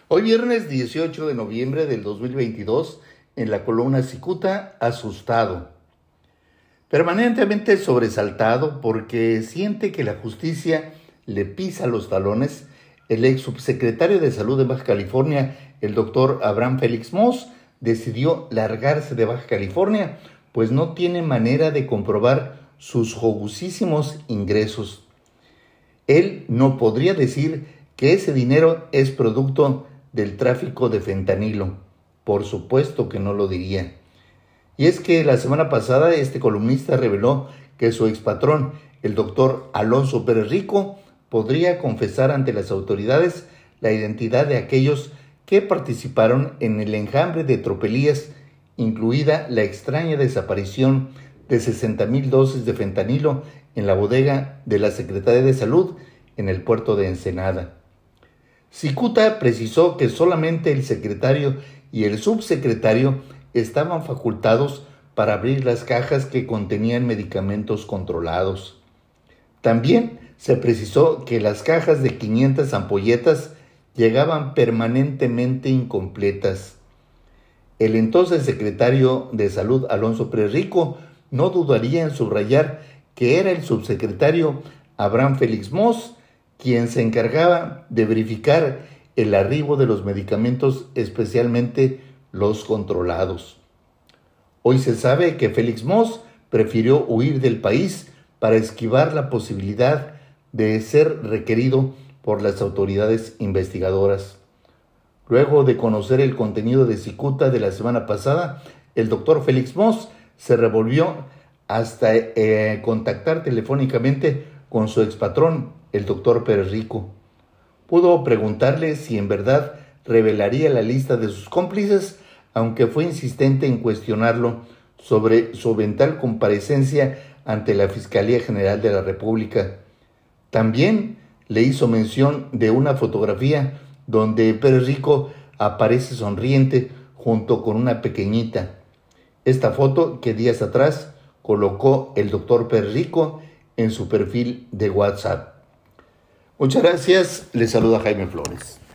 Hoy viernes 18 de noviembre del 2022, en la columna Cicuta, asustado. Permanentemente sobresaltado porque siente que la justicia le pisa los talones, el ex subsecretario de Salud de Baja California, el doctor Abraham Félix Moss, decidió largarse de Baja California, pues no tiene manera de comprobar sus jugosísimos ingresos. Él no podría decir que ese dinero es producto del tráfico de fentanilo. Por supuesto que no lo diría. Y es que la semana pasada este columnista reveló que su expatrón, el doctor Alonso Pérez Rico, podría confesar ante las autoridades la identidad de aquellos que participaron en el enjambre de tropelías, incluida la extraña desaparición de 60,000 dosis de fentanilo en la bodega de la Secretaría de Salud en el puerto de Ensenada. Cicuta precisó que solamente el secretario y el subsecretario estaban facultados para abrir las cajas que contenían medicamentos controlados. También se precisó que las cajas de 500 ampolletas llegaban permanentemente incompletas. El entonces secretario de Salud, Alonso Pérez Rico, no dudaría en subrayar que era el subsecretario Abraham Félix Moss quien se encargaba de verificar el arribo de los medicamentos, especialmente los controlados. Hoy se sabe que Félix Moss prefirió huir del país para esquivar la posibilidad de ser requerido por las autoridades investigadoras. Luego de conocer el contenido de Cicuta de la semana pasada, el doctor Félix Moss se revolvió hasta contactar telefónicamente con su expatrón, el doctor Pérez Rico. Pudo preguntarle si en verdad revelaría la lista de sus cómplices, aunque fue insistente en cuestionarlo sobre su eventual comparecencia ante la Fiscalía General de la República. También le hizo mención de una fotografía donde Pérez Rico aparece sonriente junto con una pequeñita. Esta foto que días atrás colocó el doctor Pérez Rico en su perfil de WhatsApp. Muchas gracias, les saluda Jaime Flores.